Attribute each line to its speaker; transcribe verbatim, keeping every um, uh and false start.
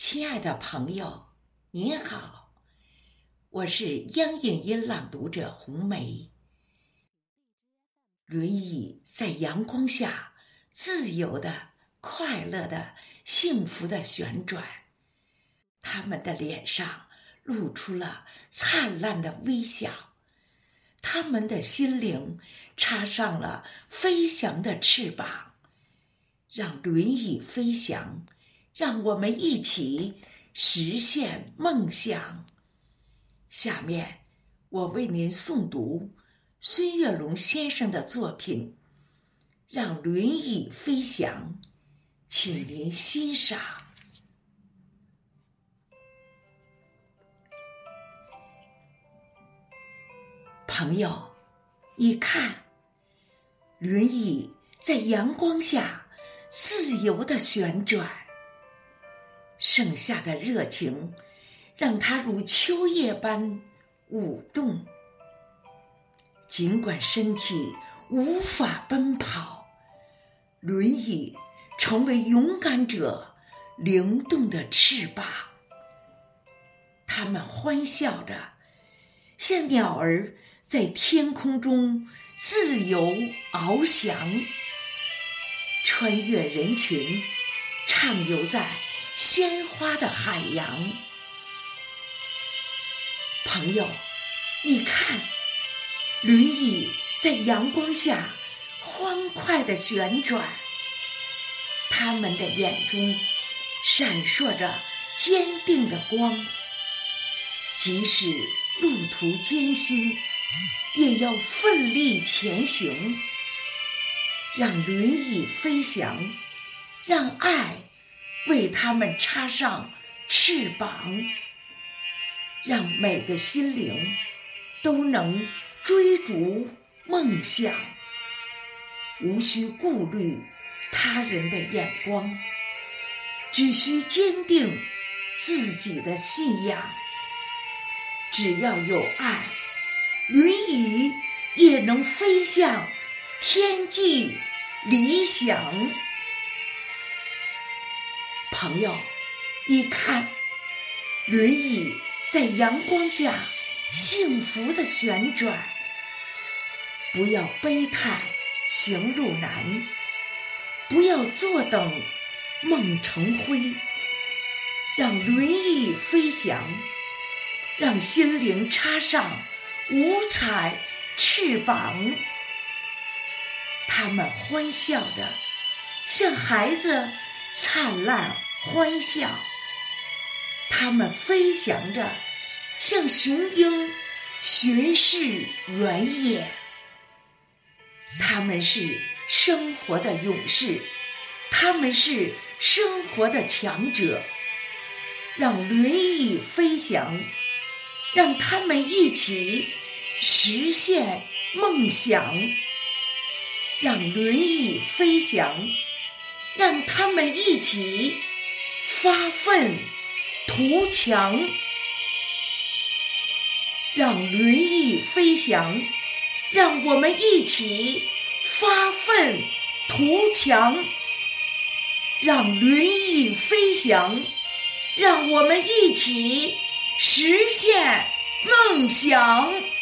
Speaker 1: 亲爱的朋友，您好，我是央影音朗读者红梅。轮椅在阳光下自由的、快乐的、幸福的旋转，他们的脸上露出了灿烂的微笑，他们的心灵插上了飞翔的翅膀，让轮椅飞翔，让我们一起实现梦想。下面我为您诵读孙月龙先生的作品《让轮椅飞翔》，请您欣赏。朋友，你看，轮椅在阳光下自由地旋转，盛夏的热情让它如秋叶般舞动。尽管身体无法奔跑，轮椅成为勇敢者灵动的翅膀。它们欢笑着，像鸟儿在天空中自由翱翔，穿越人群，畅游在鲜花的海洋。朋友，你看，轮椅在阳光下欢快地旋转，他们的眼中闪烁着坚定的光，即使路途艰辛，也要奋力前行。让轮椅飞翔，让爱为他们插上翅膀，让每个心灵都能追逐梦想，无需顾虑他人的眼光，只需坚定自己的信仰。只要有爱，轮椅也能飞向天际理想。朋友，你看，轮椅在阳光下幸福地旋转。不要悲叹行路难，不要坐等梦成灰，让轮椅飞翔，让心灵插上五彩翅膀。他们欢笑着，像孩子灿烂欢笑，他们飞翔着，像雄鹰巡视原野。他们是生活的勇士，他们是生活的强者。让轮椅飞翔，让他们一起实现梦想。让轮椅飞翔，让他们一起发奋图强。让轮椅飞翔，让我们一起发奋图强。让轮椅飞翔，让我们一起实现梦想。